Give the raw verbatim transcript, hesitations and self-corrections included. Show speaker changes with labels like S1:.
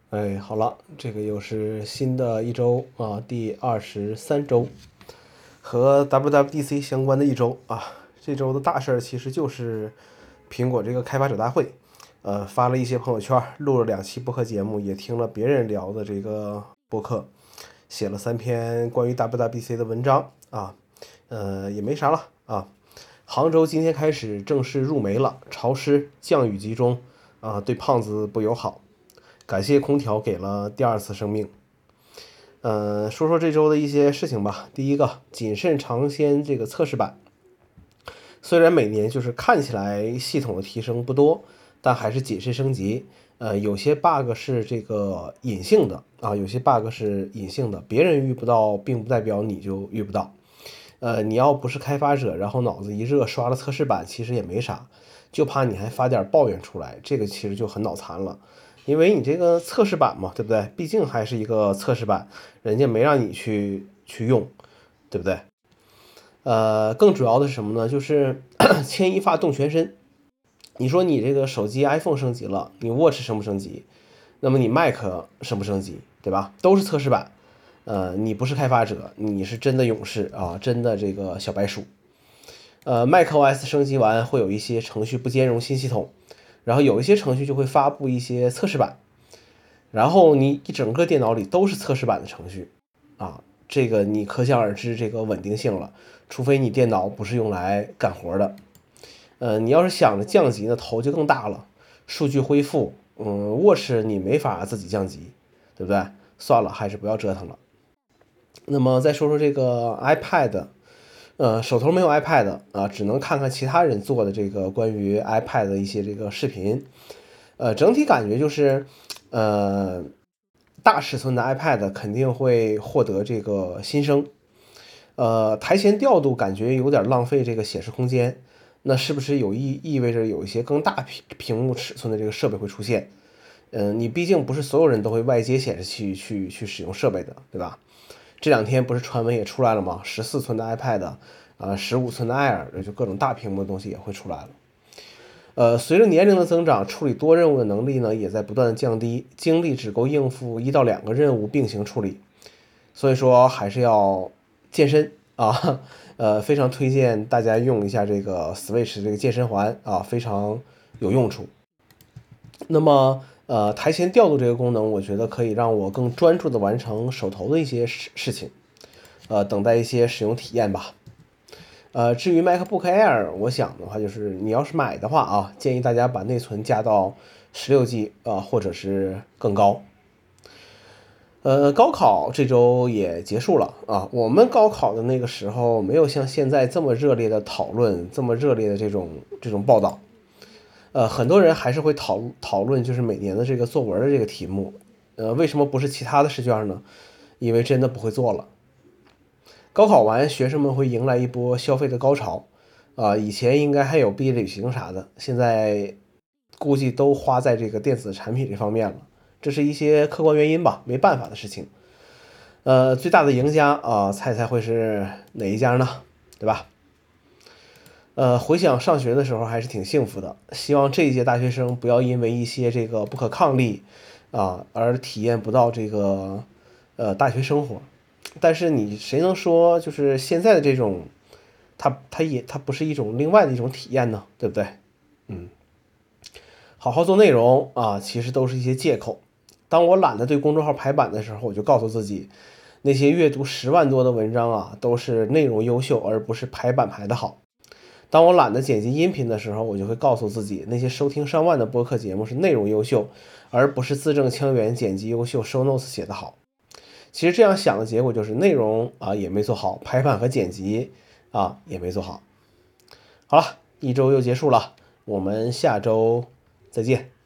S1: 哎，好了，这个又是新的一周啊，第二十三周，和 W W D C 相关的一周啊。这周的大事儿其实就是苹果这个开发者大会，呃，发了一些朋友圈，录了两期播客节目，也听了别人聊的这个播客，写了三篇关于 W W D C 的文章啊，呃，也没啥了啊。杭州今天开始正式入梅了，潮湿，降雨集中啊，对胖子不友好。感谢空调给了第二次生命。呃，说说这周的一些事情吧。第一个，谨慎尝鲜这个测试版，虽然每年就是看起来系统的提升不多，但还是谨慎升级。呃，有些 bug 是这个隐性的啊，有些 bug 是隐性的，别人遇不到，并不代表你就遇不到。呃，你要不是开发者，然后脑子一热刷了测试版，其实也没啥，就怕你还发点抱怨出来，这个其实就很脑残了。因为你这个测试版嘛，对不对？毕竟还是一个测试版，人家没让你去去用，对不对？呃，更主要的是什么呢？就是牵一发动全身。你说你这个手机 iPhone 升级了，你 Watch 升不升级？那么你 Mac 升不升级？对吧？都是测试版。呃，你不是开发者，你是真的勇士啊，真的这个小白鼠。呃，macOS 升级完会有一些程序不兼容新系统，然后有一些程序就会发布一些测试版，然后你一整个电脑里都是测试版的程序啊，这个你可想而知这个稳定性了，除非你电脑不是用来干活的。呃，你要是想着降级呢，头就更大了，数据恢复，嗯，Watch 你没法自己降级，对不对？算了，还是不要折腾了。那么再说说这个 iPad，呃，手头没有 iPad 啊，只能看看其他人做的这个关于 iPad 的一些这个视频。呃，整体感觉就是，呃，大尺寸的 iPad 肯定会获得这个新生。呃，台前调度感觉有点浪费这个显示空间，那是不是有意意味着有一些更大屏屏幕尺寸的这个设备会出现？嗯、呃，你毕竟不是所有人都会外接显示器去去使用设备的，对吧？这两天不是传闻也出来了吗？十四寸的 iPad，啊，十五寸的 Air，就各种大屏幕的东西也会出来了。呃，随着年龄的增长，处理多任务的能力呢也在不断的降低，精力只够应付一到两个任务并行处理，所以说还是要健身啊，呃，非常推荐大家用一下这个 Switch 这个健身环啊，非常有用处。那么，呃，台前调度这个功能，我觉得可以让我更专注的完成手头的一些事事情，呃，等待一些使用体验吧。呃，至于 MacBook Air，我想的话就是你要是买的话啊，建议大家把内存加到十六 G 啊，或者是更高。呃，高考这周也结束了啊，我们高考的那个时候没有像现在这么热烈的讨论，这么热烈的这种这种报道。呃，很多人还是会讨讨论，就是每年的这个作文的这个题目，呃，为什么不是其他的试卷呢？因为真的不会做了。高考完，学生们会迎来一波消费的高潮，啊，以前应该还有毕业旅行啥的，现在估计都花在这个电子产品这方面了，这是一些客观原因吧，没办法的事情。呃，最大的赢家啊，猜猜会是哪一家呢？对吧？呃，回想上学的时候还是挺幸福的，希望这一届大学生不要因为一些这个不可抗力啊而体验不到这个呃大学生活。但是你谁能说就是现在的这种，它它也它不是一种另外的一种体验呢？对不对？嗯，好好做内容啊，其实都是一些借口。当我懒得对公众号排版的时候，我就告诉自己，那些阅读十万多的文章啊，都是内容优秀，而不是排版排的好。当我懒得剪辑音频的时候，我就会告诉自己，那些收听上万的播客节目是内容优秀，而不是字正腔圆、剪辑优秀、show notes 写得好。其实这样想的结果就是内容啊也没做好，排版和剪辑啊也没做好。好了，一周又结束了，我们下周再见。